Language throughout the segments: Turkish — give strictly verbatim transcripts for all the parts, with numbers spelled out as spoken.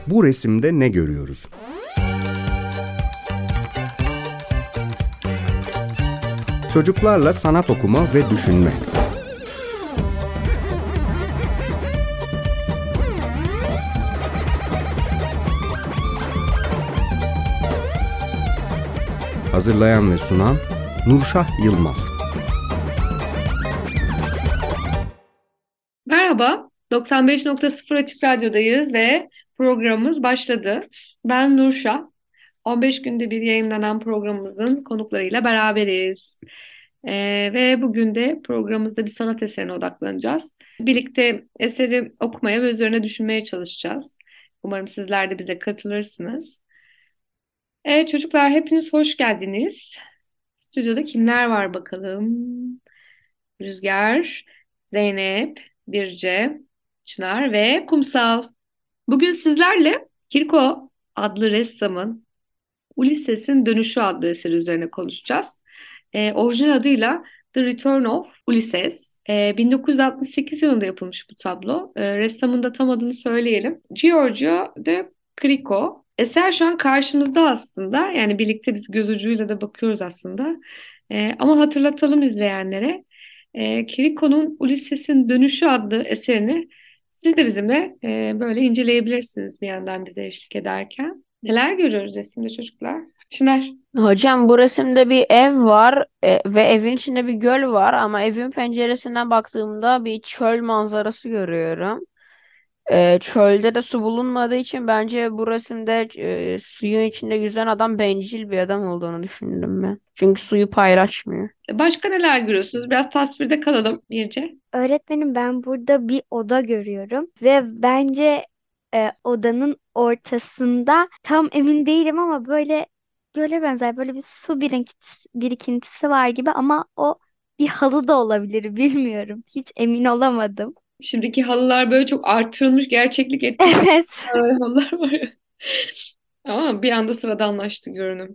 Bu resimde ne görüyoruz? Çocuklarla sanat okuma ve düşünme. Hazırlayan ve sunan Nurşah Yılmaz. Merhaba, doksan beş nokta sıfır Açık Radyo'dayız ve programımız başladı. Ben Nurşah. on beş günde bir yayınlanan programımızın konuklarıyla beraberiz. Ee, ve bugün de programımızda bir sanat eserine odaklanacağız. Birlikte eseri okumaya ve üzerine düşünmeye çalışacağız. Umarım sizler de bize katılırsınız. Evet çocuklar hepiniz hoş geldiniz. Stüdyoda kimler var bakalım? Rüzgar, Zeynep, Birce, Çınar ve Kumsal. Bugün sizlerle Kirko adlı ressamın Ulysses'in Dönüşü adlı eseri üzerine konuşacağız. Ee, orijinal adıyla The Return of Ulysses. Ee, bin dokuz yüz altmış sekiz yılında yapılmış bu tablo. Ee, ressamın da tam adını söyleyelim. Giorgio de Chirico. Eser şu an karşımızda aslında. Yani birlikte biz göz ucuyla da bakıyoruz aslında. Ee, ama hatırlatalım izleyenlere. Ee, Chirico'nun Ulysses'in Dönüşü adlı eserini siz de bizimle e, böyle inceleyebilirsiniz bir yandan bize eşlik ederken. Neler görüyoruz resimde çocuklar? Çınar. Hocam bu resimde bir ev var e, ve evin içinde bir göl var ama evin penceresinden baktığımda bir çöl manzarası görüyorum. E, çölde de su bulunmadığı için bence bu resimde e, suyun içinde yüzen adam bencil bir adam olduğunu düşündüm ben. Çünkü suyu paylaşmıyor. Başka neler görüyorsunuz? Biraz tasvirde kalalım Birce. Öğretmenim ben burada bir oda görüyorum ve bence e, odanın ortasında tam emin değilim ama böyle göle benzer böyle bir su birikintisi, birikintisi var gibi ama o bir halı da olabilir bilmiyorum. Hiç emin olamadım. Şimdiki halılar böyle çok artırılmış gerçeklik etkisi Evet. halılar var ya. Ama bir anda sıradanlaştı görünüm.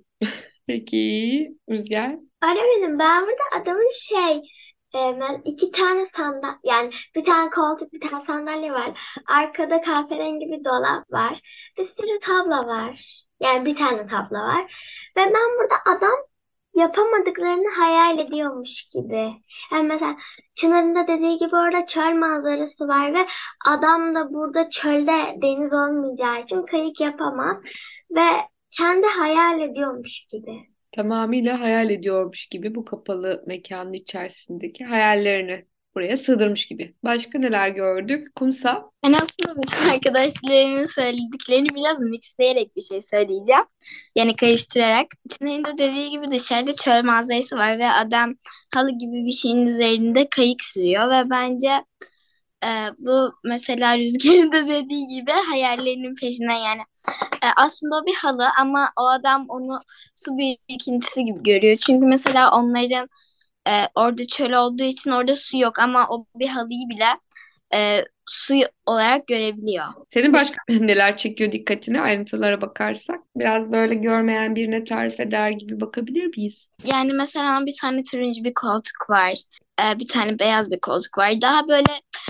Peki Rüzgar. Öğretmenim ben burada adamın şey e, ben iki tane sandal yani bir tane koltuk bir tane sandalye var. Arkada kahverengi bir dolap var. Bir sürü tablo var. Yani bir tane tablo var. Ve ben burada adam yapamadıklarını hayal ediyormuş gibi. Yani mesela Çınar'ın da dediği gibi orada çöl manzarası var ve adam da burada çölde deniz olmayacağı için kayık yapamaz ve kendi hayal ediyormuş gibi. Tamamıyla hayal ediyormuş gibi bu kapalı mekanın içerisindeki hayallerini buraya sığdırmış gibi. Başka neler gördük? Kumsal. Ben aslında bütün arkadaşlarımın söylediklerini biraz mixleyerek bir şey söyleyeceğim. Yani karıştırarak. Çınar'ın da dediği gibi dışarıda çöl manzarası var ve adam halı gibi bir şeyin üzerinde kayık sürüyor ve bence e, bu mesela Rüzgar'ın da dediği gibi hayallerinin peşinden yani. E, aslında o bir halı ama o adam onu su birikintisi gibi görüyor. Çünkü mesela onların e, orada çöl olduğu için orada su yok ama o bir halıyı bile e, su olarak görebiliyor. Senin başka neler çekiyor dikkatini ayrıntılara bakarsak? Biraz böyle görmeyen birine tarif eder gibi bakabilir miyiz? Yani mesela bir tane turuncu bir koltuk var. E, bir tane beyaz bir koltuk var. Daha böyle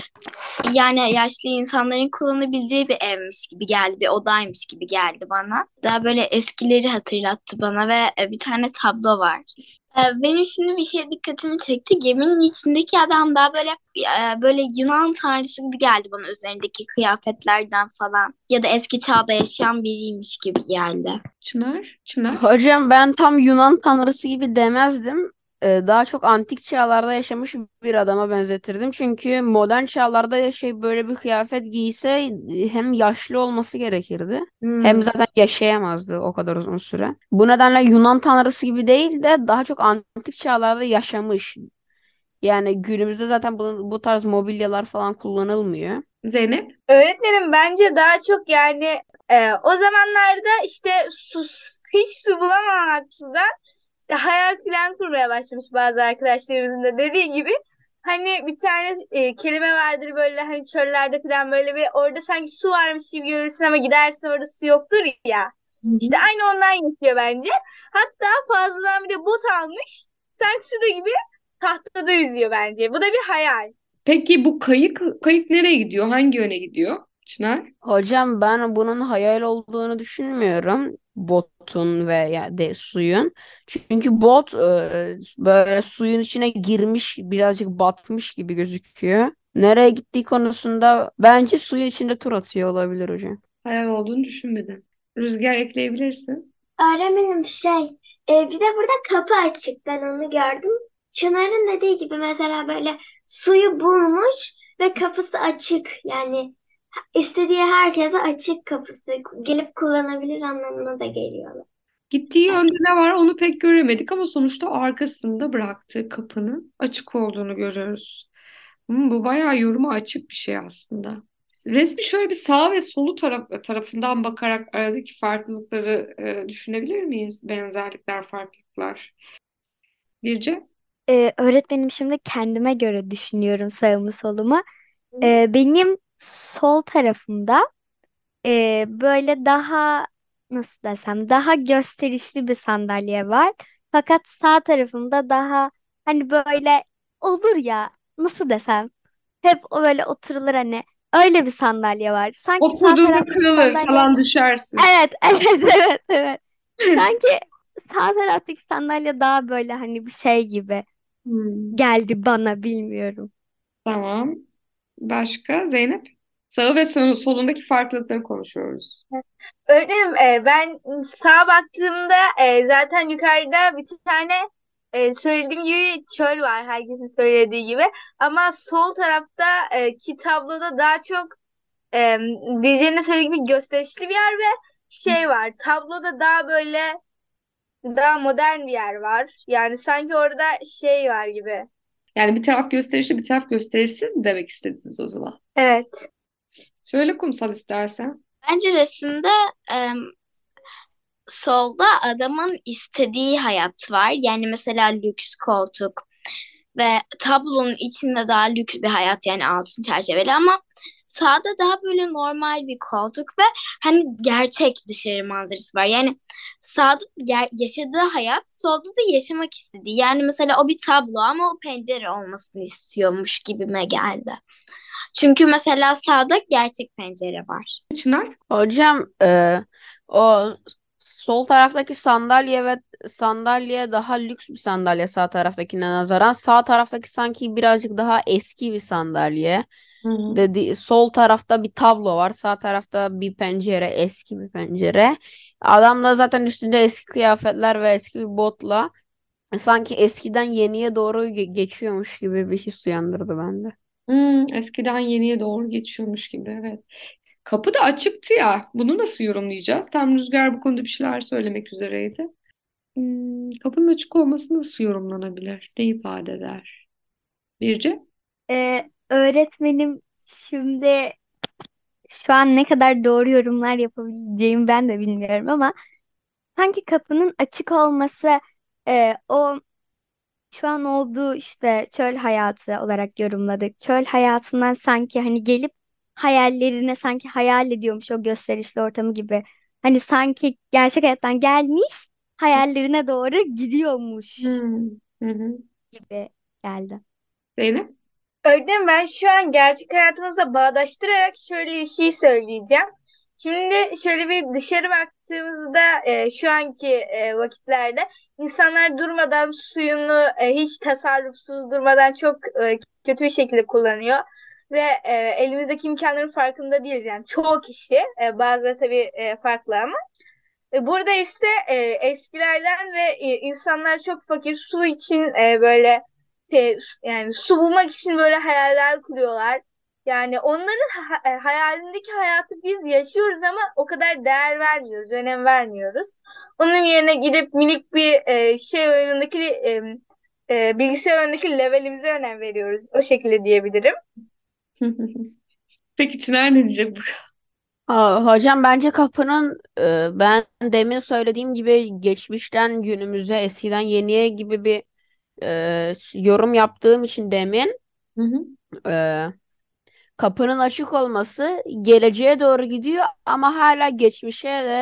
yani yaşlı insanların kullanabileceği bir evmiş gibi geldi. Bir odaymış gibi geldi bana. Daha böyle eskileri hatırlattı bana ve e, bir tane tablo var. E, Benim şimdi bir şey dikkatimi çekti. Geminin içindeki adam daha böyle e, böyle Yunan tanrısı gibi geldi bana üzerindeki kıyafetlerden falan. Ya da eski çağda yaşayan biriymiş gibi geldi. Çınar, Çınar. Hocam ben tam Yunan tanrısı gibi demezdim. Ee, daha çok antik çağlarda yaşamış bir adama benzetirdim. Çünkü modern çağlarda yaşayıp böyle bir kıyafet giyse e, hem yaşlı olması gerekirdi. Hem Hmm. zaten yaşayamazdı o kadar uzun süre. Bu nedenle Yunan tanrısı gibi değil de daha çok antik çağlarda yaşamış. Yani günümüzde zaten bu, bu tarz mobilyalar falan kullanılmıyor. Zeynep. Öğretmenim bence daha çok yani e, o zamanlarda işte su, hiç su bulamamaktan işte hayal plan kurmaya başlamış bazı arkadaşlarımızın da dediği gibi. Hani bir tane e, kelime vardır böyle hani çöllerde falan böyle bir orada sanki su varmış gibi görürsün ama gidersin orada su yoktur ya. İşte aynı ondan yaşıyor bence. Hatta fazladan bir de bot almış. Sanki suda gibi tahtada yüzüyor bence. Bu da bir hayal. Peki bu kayık kayık nereye gidiyor? Hangi yöne gidiyor? Çınar? Hocam ben bunun hayal olduğunu düşünmüyorum. Botun veya de suyun. Çünkü bot e, böyle suyun içine girmiş, birazcık batmış gibi gözüküyor. Nereye gittiği konusunda bence suyun içinde tur atıyor olabilir hocam. Hayal olduğunu düşünmedim. Rüzgar ekleyebilirsin. Öğretmenim şey, e, bir de burada kapı açık. Ben onu gördüm. Çınar'ın dediği gibi mesela böyle suyu bulmuş ve kapısı açık. Yani istediği herkese açık kapısı. Gelip kullanabilir anlamına da geliyor. Gittiği yönde ne var onu pek göremedik ama sonuçta arkasında bıraktığı kapının açık olduğunu görüyoruz. Hmm, bu bayağı yoruma açık bir şey aslında. Resmi şöyle bir sağ ve solu taraf, tarafından bakarak aradaki farklılıkları e, düşünebilir miyiz? Benzerlikler, farklılıklar. Birce? Ee, öğretmenim şimdi kendime göre düşünüyorum sağımı solumu. Ee, benim sol tarafımda e, böyle daha nasıl desem daha gösterişli bir sandalye var. Fakat sağ tarafımda daha hani böyle olur ya nasıl desem hep o böyle oturulur hani öyle bir sandalye var. Sanki sağ Oturduğunda taraftaki kırılır, sandalye falan düşersin. evet evet evet evet. Sanki sağ taraftaki sandalye daha böyle hani bir şey gibi Hmm, geldi bana bilmiyorum. tamam. Başka? Zeynep? Sağı ve sol- solundaki farklılıkları konuşuyoruz. Öğretmenim e, ben sağa baktığımda e, zaten yukarıda bir tane e, söylediğim gibi çöl var herkesin söylediği gibi. Ama sol tarafta e, ki tabloda daha çok e, Birce'nin de söylediği gibi gösterişli bir yer ve şey var. Tabloda daha böyle daha modern bir yer var. Yani sanki orada şey var gibi. Yani bir taraf gösterişli, bir taraf gösterişsiz mi demek istediniz o zaman? Evet. Söyle kumsal istersen. Bence resimde em, solda adamın istediği hayat var. Yani mesela lüks koltuk ve tablonun içinde daha lüks bir hayat yani altın çerçeveli ama sağda daha böyle normal bir koltuk ve hani gerçek dışarı manzarası var. Yani sağda ger- yaşadığı hayat, solda da yaşamak istediği. Yani mesela o bir tablo ama o pencere olmasını istiyormuş gibime geldi. Çünkü mesela sağda gerçek pencere var. Çınar? Hocam e, o sol taraftaki sandalye ve sandalye daha lüks bir sandalye sağ taraftakine nazaran. Sağ taraftaki sanki birazcık daha eski bir sandalye. Hı hı. Dedi, sol tarafta bir tablo var. Sağ tarafta bir pencere, eski bir pencere. Adam da zaten üstünde eski kıyafetler ve eski bir botla sanki eskiden yeniye doğru ge- geçiyormuş gibi bir his uyandırdı bende. Hmm, eskiden yeniye doğru geçiyormuş gibi, evet. Kapı da açıktı ya. Bunu nasıl yorumlayacağız? Tam Rüzgar bu konuda bir şeyler söylemek üzereydi. Hmm, kapının açık olması nasıl yorumlanabilir? Ne ifade eder? Birce? Ee, öğretmenim şimdi şu an ne kadar doğru yorumlar yapabileceğimi ben de bilmiyorum ama sanki kapının açık olması e, o şu an olduğu işte çöl hayatı olarak yorumladık. Çöl hayatından sanki hani gelip hayallerine sanki hayal ediyormuş o gösterişli ortamı gibi. Hani sanki gerçek hayattan gelmiş hayallerine doğru gidiyormuş Hmm. Hı hı. gibi geldi. Zeynep? Öğretmenim ben şu an gerçek hayatımızla bağdaştırarak şöyle bir şey söyleyeceğim. Şimdi şöyle bir dışarı baktığımızda e, şu anki e, vakitlerde insanlar durmadan suyunu e, hiç tasarrufsuz durmadan çok e, kötü bir şekilde kullanıyor. Ve e, elimizdeki imkanların farkında değiliz. Yani çoğu kişi, e, bazıları tabii e, farklı ama. E, Burada ise e, eskilerden ve e, insanlar çok fakir su için e, böyle te- yani su bulmak için böyle hayaller kuruyorlar. Yani onların ha- e, hayalindeki hayatı biz yaşıyoruz ama o kadar değer vermiyoruz, önem vermiyoruz. Onun yerine gidip minik bir e, şey oyunundaki e, e, bilgisayar oyunundaki levelimize önem veriyoruz. O şekilde diyebilirim. Peki Çınar ne diyecek bu? Aa, hocam bence kapının e, ben demin söylediğim gibi geçmişten günümüze eskiden yeniye gibi bir e, yorum yaptığım için demin Hı hı. e, kapının açık olması geleceğe doğru gidiyor ama hala geçmişe de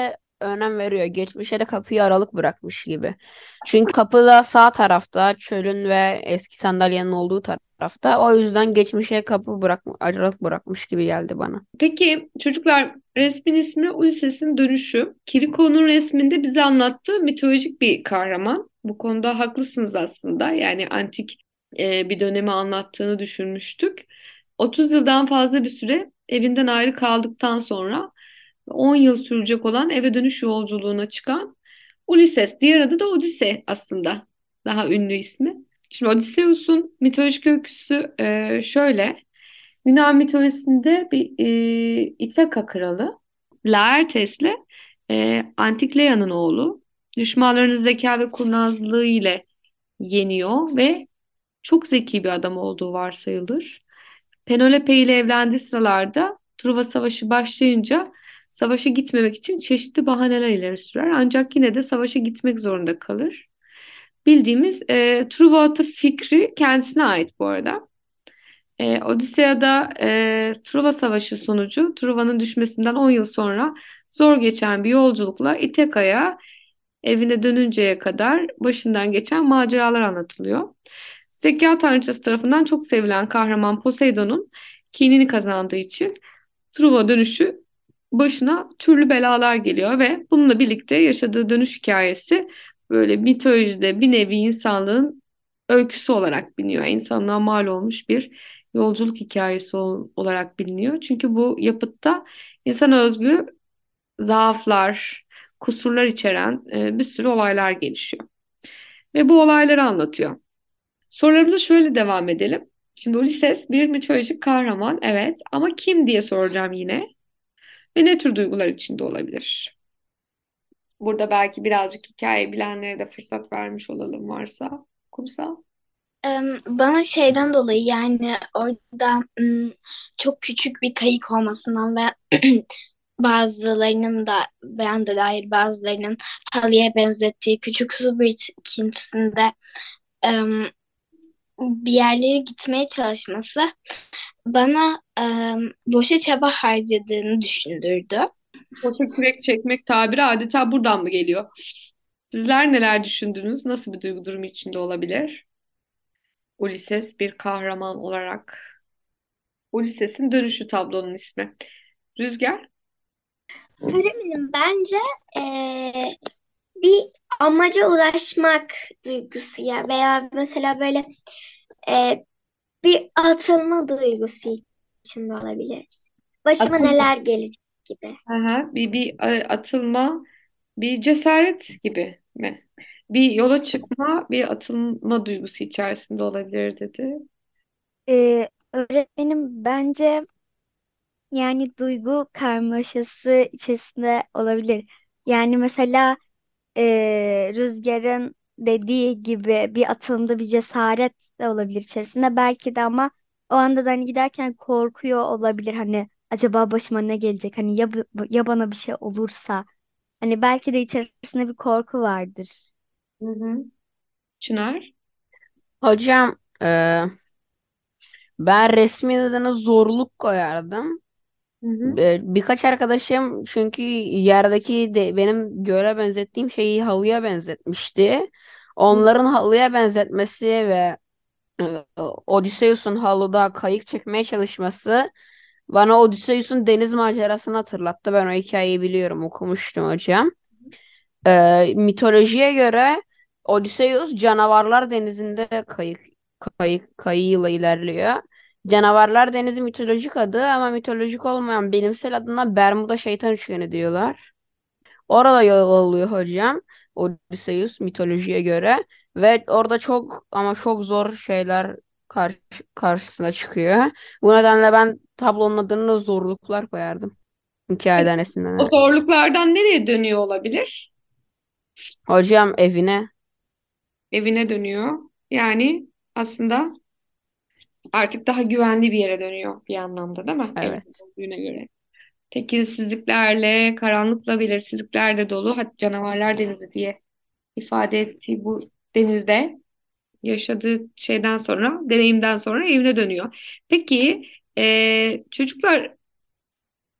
önem veriyor. Geçmişe de kapıyı aralık bırakmış gibi. Çünkü kapı da sağ tarafta, çölün ve eski sandalyenin olduğu tarafta. O yüzden geçmişe kapı bırak, aralık bırakmış gibi geldi bana. Peki çocuklar, resmin ismi Ulysses'in Dönüşü. Kiriko'nun resminde bize anlattığı mitolojik bir kahraman. Bu konuda haklısınız aslında. Yani antik e, bir dönemi anlattığını düşünmüştük. otuz yıldan fazla bir süre evinden ayrı kaldıktan sonra on yıl sürecek olan eve dönüş yolculuğuna çıkan Ulysses. Diğer adı da Odise aslında. Daha ünlü ismi. Şimdi Odysseus'un mitolojik öyküsü e, şöyle. Yunan mitolojisinde bir e, İthaka kralı Laertes'le e, Antikleia'nın oğlu. Düşmanlarının zeka ve kurnazlığı ile yeniyor ve çok zeki bir adam olduğu varsayılır. Penelope ile evlendiği sıralarda Truva Savaşı başlayınca savaşa gitmemek için çeşitli bahaneler ileri sürer. Ancak yine de savaşa gitmek zorunda kalır. Bildiğimiz e, Truva atı fikri kendisine ait bu arada. E, Odisea'da e, Truva Savaşı sonucu Truva'nın düşmesinden on yıl sonra zor geçen bir yolculukla İthaka'ya evine dönünceye kadar başından geçen maceralar anlatılıyor. Zeka tanrıçası tarafından çok sevilen kahraman Poseidon'un kinini kazandığı için Truva dönüşü başına türlü belalar geliyor ve bununla birlikte yaşadığı dönüş hikayesi böyle mitolojide bir nevi insanlığın öyküsü olarak biliniyor. İnsanlığa mal olmuş bir yolculuk hikayesi ol- olarak biliniyor. Çünkü bu yapıtta insana özgü zaaflar, kusurlar içeren e, bir sürü olaylar gelişiyor. Ve bu olayları anlatıyor. Sorularımıza şöyle devam edelim. Şimdi Ulysses bir mitolojik kahraman, evet, ama kim diye soracağım yine. Ve ne tür duygular içinde olabilir? Burada belki birazcık hikaye bilenlere de fırsat vermiş olalım varsa. Kumsal. Em, Bana şeyden dolayı yani orada ım, çok küçük bir kayık olmasından ve bazılarının da ben de dair bazılarının halıya benzettiği küçük su birikintisinde em, bir yerlere gitmeye çalışması bana em, boşa çaba harcadığını düşündürdü. Boşa kürek çekmek tabiri adeta buradan mı geliyor? Sizler neler düşündünüz? Nasıl bir duygu durumu içinde olabilir? Ulysses bir kahraman olarak. Ulysses'in Dönüşü tablonun ismi. Rüzgar. Öğretmenim bence eee, bir amaca ulaşmak duygusu ya veya mesela böyle eee, bir atılma duygusu içinde olabilir. Başıma Atılma. neler gelecek gibi. Aha, bir, bir e, atılma, bir cesaret gibi mi? Bir yola çıkma, bir atılma duygusu içerisinde olabilir dedi. Ee, öğretmenim bence yani duygu karmaşası içerisinde olabilir. Yani mesela e, Rüzgar'ın dediği gibi bir atılımda bir cesaret de olabilir içerisinde. Belki de ama o anda da hani giderken korkuyor olabilir. Hani acaba başıma ne gelecek? Hani ya, bu- ya bana bir şey olursa? Hani belki de içerisinde bir korku vardır. Hı hı. Çınar. Hocam e, ben resmin adına zorluk koyardım. Hı hı. E, birkaç arkadaşım çünkü yerdeki de benim göle benzettiğim şeyi halıya benzetmişti. Onların halıya benzetmesi ve e, Odysseus'un halıda kayık çekmeye çalışması bana Odysseus'un deniz macerasını hatırlattı. Ben o hikayeyi biliyorum, okumuştum hocam. E, mitolojiye göre Odysseus canavarlar denizinde kayık kayık kayığıyla ilerliyor. Canavarlar Denizi mitolojik adı ama mitolojik olmayan bilimsel adına Bermuda Şeytan Üçgeni diyorlar. Orada yol alıyor hocam. Odysseus mitolojiye göre ve orada çok ama çok zor şeyler karşı, karşısına çıkıyor. Bu nedenle ben tablonun adını zorluklar koyardım. Hikayeden O esinlenerek. zorluklardan nereye dönüyor olabilir? Hocam evine. Evine dönüyor. Yani aslında artık daha güvenli bir yere dönüyor bir anlamda, değil mi? Evine Evet. döndüğüne göre. Tekinsizliklerle, karanlıkla, belirsizliklerle dolu, hatta canavarlar denizi diye ifade ettiği bu denizde yaşadığı şeyden sonra, deneyimden sonra evine dönüyor. Peki, e, çocuklar,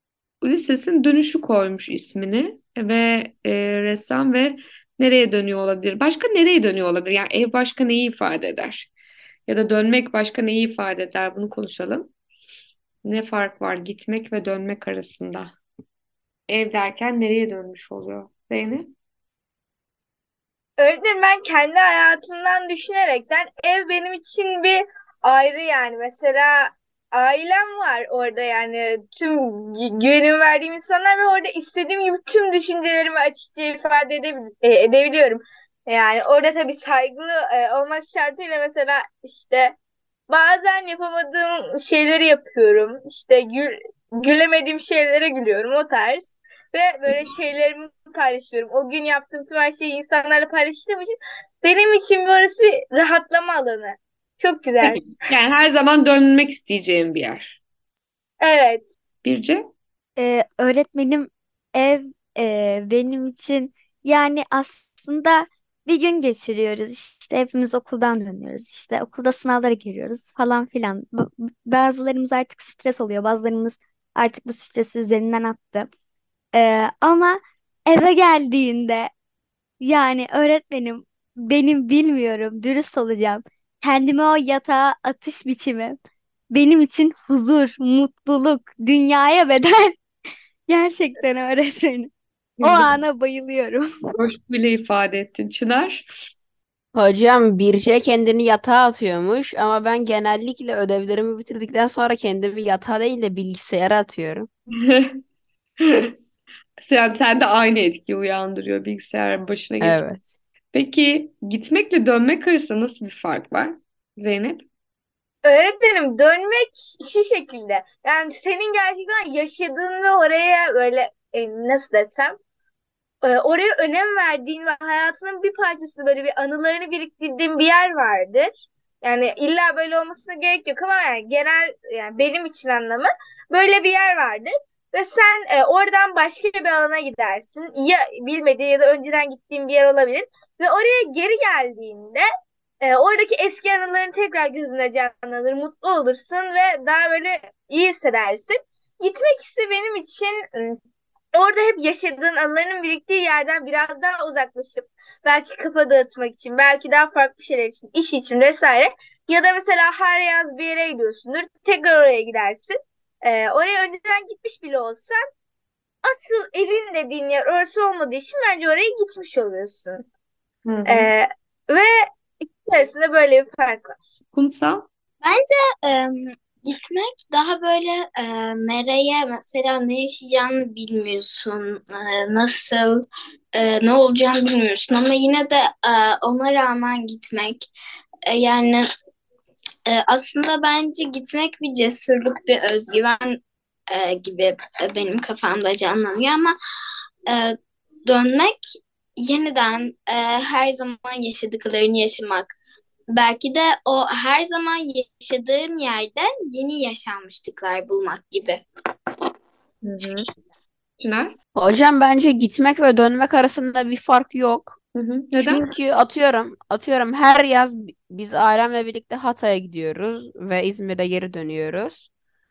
Ulysses'in dönüşü koymuş ismini ve e, ressam ve nereye dönüyor olabilir? Başka nereye dönüyor olabilir? Yani ev başka neyi ifade eder? Ya da dönmek başka neyi ifade eder? Bunu konuşalım. Ne fark var gitmek ve dönmek arasında? Ev derken nereye dönmüş oluyor? Zeynep? Öğretmenim ben kendi hayatımdan düşünerekten ev benim için bir ayrı yani. Mesela ailem var orada yani tüm gü- güvenimi verdiğim insanlar ve orada istediğim gibi tüm düşüncelerimi açıkça ifade edebil- e, edebiliyorum. Yani orada tabii saygılı e, olmak şartıyla mesela işte bazen yapamadığım şeyleri yapıyorum. İşte gül, gülemediğim şeylere gülüyorum o tarz. Ve böyle şeylerimi paylaşıyorum. O gün yaptığım tüm her şeyi insanlarla paylaştığım için benim için burası bir rahatlama alanı. Çok güzel. Yani her zaman dönmek isteyeceğim bir yer. Evet. Birce? Ee, öğretmenim ev e, benim için yani aslında bir gün geçiriyoruz işte hepimiz okuldan dönüyoruz işte okulda sınavlara giriyoruz falan filan. B- Bazılarımız artık stres oluyor, bazılarımız artık bu stresi üzerinden attı. Ee, ama eve geldiğinde yani öğretmenim benim bilmiyorum, dürüst olacağım. Kendime o yatağa atış biçimi benim için huzur, mutluluk, dünyaya bedel. Gerçekten öğretmenim. O Güzel. ana bayılıyorum. Hoş bile ifade ettin. Çınar? Hocam Birce kendini yatağa atıyormuş ama ben genellikle ödevlerimi bitirdikten sonra kendimi yatağa değil de bilgisayara atıyorum. Sen, sen de aynı etkiyi uyandırıyor bilgisayar başına geç. Evet. Peki gitmekle dönmek arasında nasıl bir fark var Zeynep? Öğretmenim dönmek şu şekilde. Yani senin gerçekten yaşadığın ve oraya böyle e, nasıl desem e, oraya önem verdiğin ve hayatının bir parçası böyle bir anılarını biriktirdiğin bir yer vardır. Yani illa böyle olmasına gerek yok ama yani genel yani benim için anlamı böyle bir yer vardır. Ve sen e, oradan başka bir alana gidersin. Ya bilmediğin ya da önceden gittiğin bir yer olabilir. Ve oraya geri geldiğinde e, oradaki eski anıların tekrar gözüne canlanır. Mutlu olursun ve daha böyle iyi hissedersin. Gitmek ise benim için orada hep yaşadığın anılarının biriktiği yerden biraz daha uzaklaşıp belki kafa dağıtmak için, belki daha farklı şeyler için, iş için vesaire ya da mesela her yaz bir yere gidiyorsundur, tekrar oraya gidersin. Ee, oraya önceden gitmiş bile olsan asıl evin dediğin yer orası olmadığı için bence oraya gitmiş oluyorsun. Hı hı. Ee, ve ikisi arasında böyle bir fark var. Kumsal? Bence em, gitmek daha böyle e, nereye mesela ne yaşayacağını bilmiyorsun, e, nasıl e, ne olacağını bilmiyorsun ama yine de e, ona rağmen gitmek e, yani e, aslında bence gitmek bir cesurluk, bir özgüven e, gibi e, benim kafamda canlanıyor ama e, dönmek yeniden e, her zaman yaşadıklarını yaşamak. Belki de o her zaman yaşadığın yerde yeni yaşanmışlıklar bulmak gibi. Hı hı. Çınar? Hocam bence gitmek ve dönmek arasında bir fark yok. Hı hı. Neden? Çünkü atıyorum, atıyorum her yaz bi- biz ailemle birlikte Hatay'a gidiyoruz ve İzmir'e geri dönüyoruz.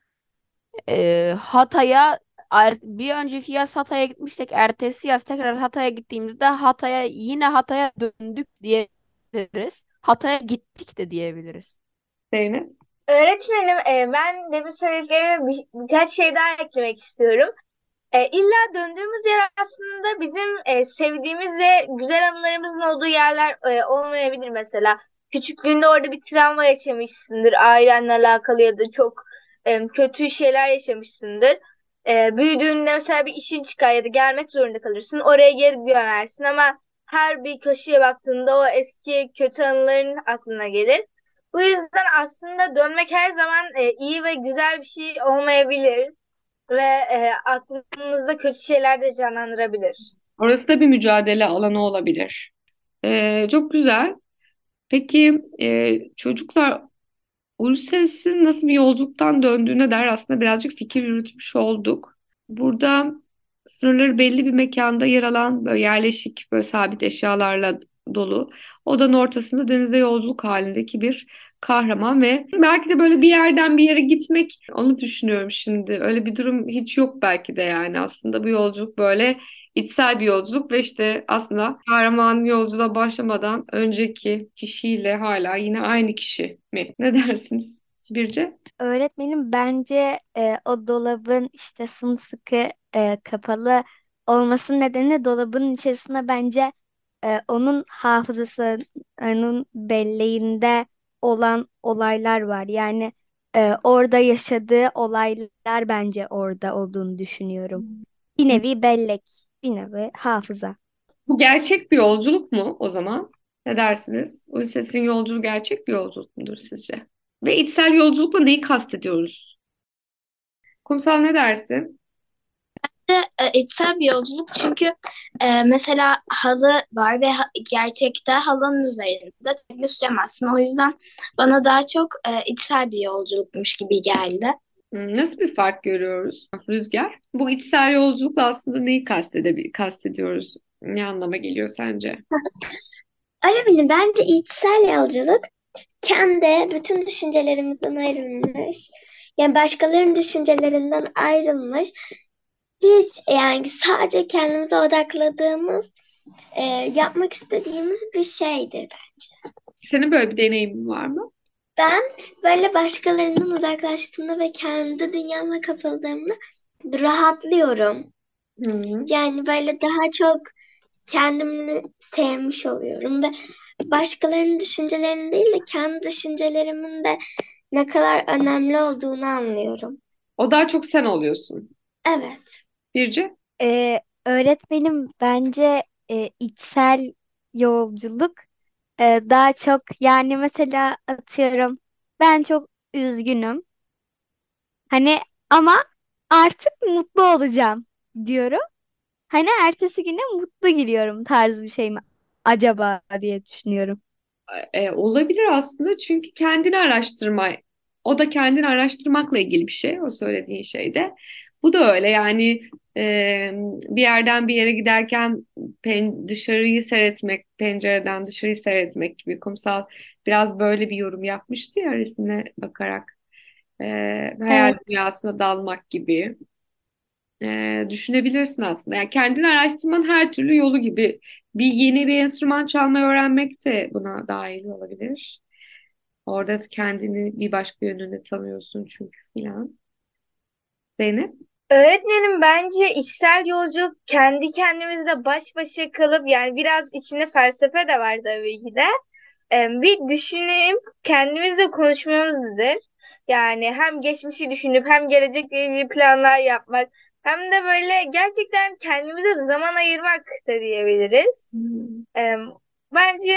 Ee, Hatay'a er- bir önceki yaz Hatay'a gitmiştik. Ertesi yaz tekrar Hatay'a gittiğimizde Hatay'a yine Hatay'a döndük diyebiliriz. Hatay'a gittik de diyebiliriz. Zeynep? Öğretmenim, e, ben demin söylediklerime bir, birkaç şey daha eklemek istiyorum. E, illa döndüğümüz yer aslında bizim e, sevdiğimiz ve güzel anılarımızın olduğu yerler e, olmayabilir mesela. Küçüklüğünde orada bir travma yaşamışsındır, ailenle alakalı ya da çok e, kötü şeyler yaşamışsındır. E, büyüdüğünde mesela bir işin çıkar ya da gelmek zorunda kalırsın. Oraya geri dönersin ama her bir köşeye baktığında o eski kötü anıların aklına gelir. Bu yüzden aslında dönmek her zaman e, iyi ve güzel bir şey olmayabilir ve e, aklımızda kötü şeyler de canlandırabilir. Orası da bir mücadele alanı olabilir. Ee, çok güzel. Peki e, çocuklar Uluslararası nasıl bir yolculuktan döndüğüne dair aslında birazcık fikir yürütmüş olduk. Burada sınırları belli bir mekanda yer alan böyle yerleşik böyle sabit eşyalarla dolu odanın ortasında denizde yolculuk halindeki bir kahraman ve belki de böyle bir yerden bir yere gitmek, onu düşünüyorum şimdi. Öyle bir durum hiç yok belki de, yani aslında bu yolculuk böyle içsel bir yolculuk ve işte aslında kahraman yolculuğa başlamadan önceki kişiyle hala yine aynı kişi mi? Ne dersiniz Birce? Öğretmenim bence e, o dolabın işte sımsıkı e, kapalı olmasının nedeni dolabın içerisinde bence e, onun hafızasının belleğinde olan olaylar var. Yani e, orada yaşadığı olaylar bence orada olduğunu düşünüyorum. Bir nevi bellek, bir nevi hafıza. Bu gerçek bir yolculuk mu o zaman? Ne dersiniz? Ulises'in yolculuğu gerçek bir yolculuk mudur sizce? Ve içsel yolculukla neyi kastediyoruz? Kumsal, ne dersin? de e, içsel bir yolculuk çünkü e, mesela halı var ve ha- gerçekte halının üzerinde tekne süremezsin. O yüzden bana daha çok e, içsel bir yolculukmuş gibi geldi. Hmm, Nasıl bir fark görüyoruz Rüzgar? Bu içsel yolculukla aslında neyi kastede kastediyoruz? Ne anlama geliyor sence? Öyle bence içsel yolculuk kendi bütün düşüncelerimizden ayrılmış. Yani başkalarının düşüncelerinden ayrılmış. Hiç yani sadece kendimize odakladığımız, e, yapmak istediğimiz bir şeydir. Senin böyle bir deneyimin var mı? Ben böyle başkalarından uzaklaştığımda ve kendi dünyama kapıldığımda rahatlıyorum. Hı hı. Yani böyle daha çok kendimi sevmiş oluyorum ve başkalarının düşüncelerini değil de kendi düşüncelerimin de ne kadar önemli olduğunu anlıyorum. O daha çok sen oluyorsun. Evet. Birce? E, öğretmenim bence e, içsel yolculuk e, daha çok yani mesela atıyorum ben çok üzgünüm. Hani ama artık mutlu olacağım diyorum. Hani ertesi güne mutlu giriyorum tarzı bir şey mi acaba diye düşünüyorum. E, olabilir aslında, çünkü kendini araştırma, o da kendini araştırmakla ilgili bir şey, o söylediğin şey de. Bu da öyle yani, e, bir yerden bir yere giderken pen, dışarıyı seyretmek, pencereden dışarıyı seyretmek gibi. Kumsal biraz böyle bir yorum yapmıştı ya resmine bakarak. E, hayal Evet, dünyasına dalmak gibi. E, düşünebilirsin aslında. Yani kendini araştırmanın her türlü yolu gibi. Bir yeni bir enstrüman çalmayı öğrenmek de buna dahil olabilir. Orada kendini bir başka yönünde tanıyorsun çünkü filan. Zeynep? Öğretmenim bence içsel yolculuk kendi kendimizle baş başa kalıp yani biraz içinde felsefe de var tabii ki de. Ee, bir düşünüp kendimizle konuşmamızdır. Yani hem geçmişi düşünüp hem gelecekle ilgili planlar yapmak hem de böyle gerçekten kendimize zaman ayırmak da diyebiliriz. Hmm. Ee, Bence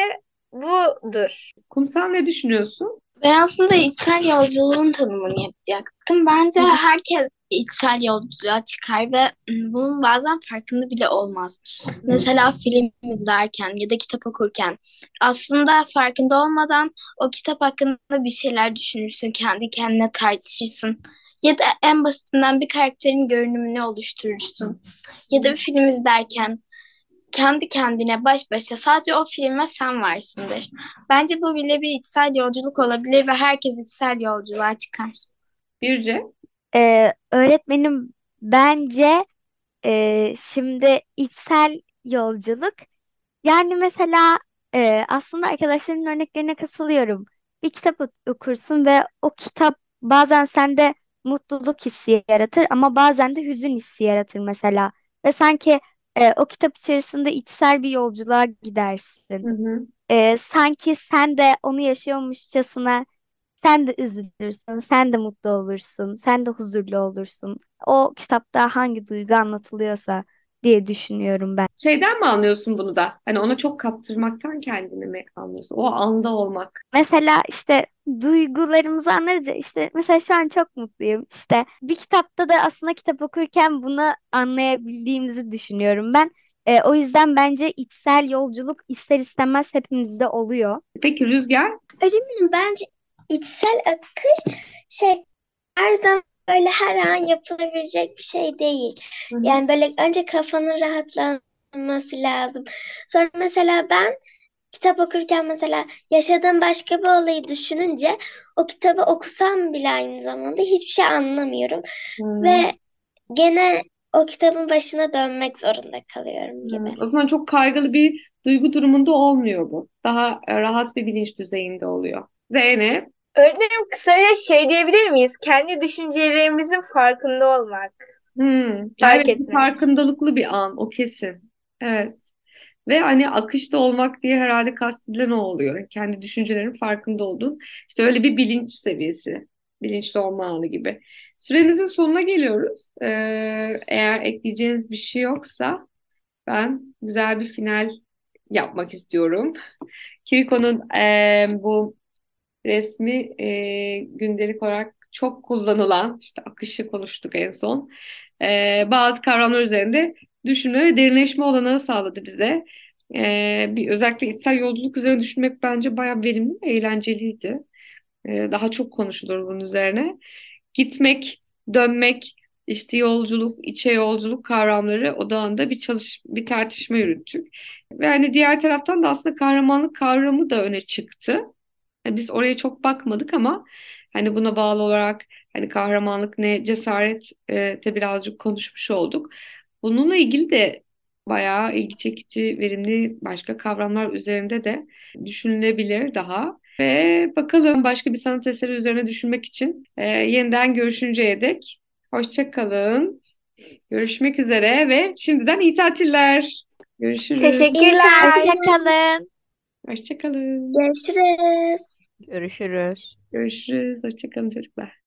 budur. Kumsal, ne düşünüyorsun? Ben aslında içsel yolculuğun tanımını yapacaktım. Bence herkes içsel yolculuğa çıkar ve ım, bunun bazen farkında bile olmaz. Mesela film izlerken ya da kitap okurken aslında farkında olmadan o kitap hakkında bir şeyler düşünürsün, kendi kendine tartışırsın. Ya da en basitinden bir karakterin görünümünü oluşturursun. Ya da bir film izlerken kendi kendine baş başa sadece o filme sen varsındır. Bence bu bile bir içsel yolculuk olabilir ve herkes içsel yolculuğa çıkar. Birce? e, öğretmenim bence e, şimdi içsel yolculuk yani mesela e, aslında arkadaşlarımın örneklerine katılıyorum. Bir kitap ok- okursun ve o kitap bazen sende mutluluk hissi yaratır ama bazen de hüzün hissi yaratır mesela. Ve sanki e, o kitap içerisinde içsel bir yolculuğa Hı gidersin. hı. E, sanki sen de onu yaşıyormuşçasına sen de üzülürsün, sen de mutlu olursun, sen de huzurlu olursun. O kitapta hangi duygu anlatılıyorsa diye düşünüyorum ben. Şeyden mi anlıyorsun bunu da? Hani ona çok kaptırmaktan kendini mi anlıyorsun? O anda olmak. Mesela işte duygularımızı anlarız ya, işte mesela şu an çok mutluyum. İşte bir kitapta da aslında kitap okurken bunu anlayabildiğimizi düşünüyorum ben. E, o yüzden bence içsel yolculuk ister istemez hepimizde oluyor. Peki Rüzgar? Öğretmenim bence içsel akış şey her zaman böyle her an yapılabilecek bir şey değil. Hı hı. Yani böyle önce kafanın rahatlanması lazım. Sonra mesela ben kitap okurken mesela yaşadığım başka bir olayı düşününce o kitabı okusam bile aynı zamanda hiçbir şey anlamıyorum. Hmm. Ve gene o kitabın başına dönmek zorunda kalıyorum Hmm. gibi. O zaman çok kaygılı bir duygu durumunda olmuyor bu. Daha e, rahat bir bilinç düzeyinde oluyor. Zeynep. Öğretmenim kısaca şey diyebilir miyiz? Kendi düşüncelerimizin farkında olmak, Hmm. fark Evet, bir etmek. farkındalıklı bir an, o kesin. Evet. Ve hani akışta olmak diye herhalde kastedilen o oluyor. Kendi düşüncelerin farkında olduğun. İşte öyle bir bilinç seviyesi. Bilinçli olma anı gibi. Süremizin sonuna geliyoruz. Ee, eğer ekleyeceğiniz bir şey yoksa ben güzel bir final yapmak istiyorum. Kiriko'nun e, bu resmi e, gündelik olarak çok kullanılan, işte akışı konuştuk en son. E, bazı kavramlar üzerinde düşünme ve derinleşme olanağı sağladı bize. E, bir özellikle içsel yolculuk üzerine düşünmek bence bayağı verimli ve eğlenceliydi. E, daha çok konuşulur bunun üzerine. Gitmek, dönmek, işte yolculuk, içe yolculuk kavramları odağında bir çalış, bir tartışma yürüttük. Ve hani diğer taraftan da aslında kahramanlık kavramı da öne çıktı. Yani biz oraya çok bakmadık ama hani buna bağlı olarak hani kahramanlık ne, cesaret e, de birazcık konuşmuş olduk. Bununla ilgili de bayağı ilgi çekici, verimli başka kavramlar üzerinde de düşünülebilir daha. Ve bakalım başka bir sanat eseri üzerine düşünmek için e, yeniden görüşünceye dek hoşça kalın. Görüşmek üzere ve şimdiden iyi tatiller. Görüşürüz. İyi Teşekkürler. tatiller. Hoşçakalın. Hoşça kalın. Görüşürüz. Görüşürüz. Görüşürüz. Hoşça kalın çocuklar.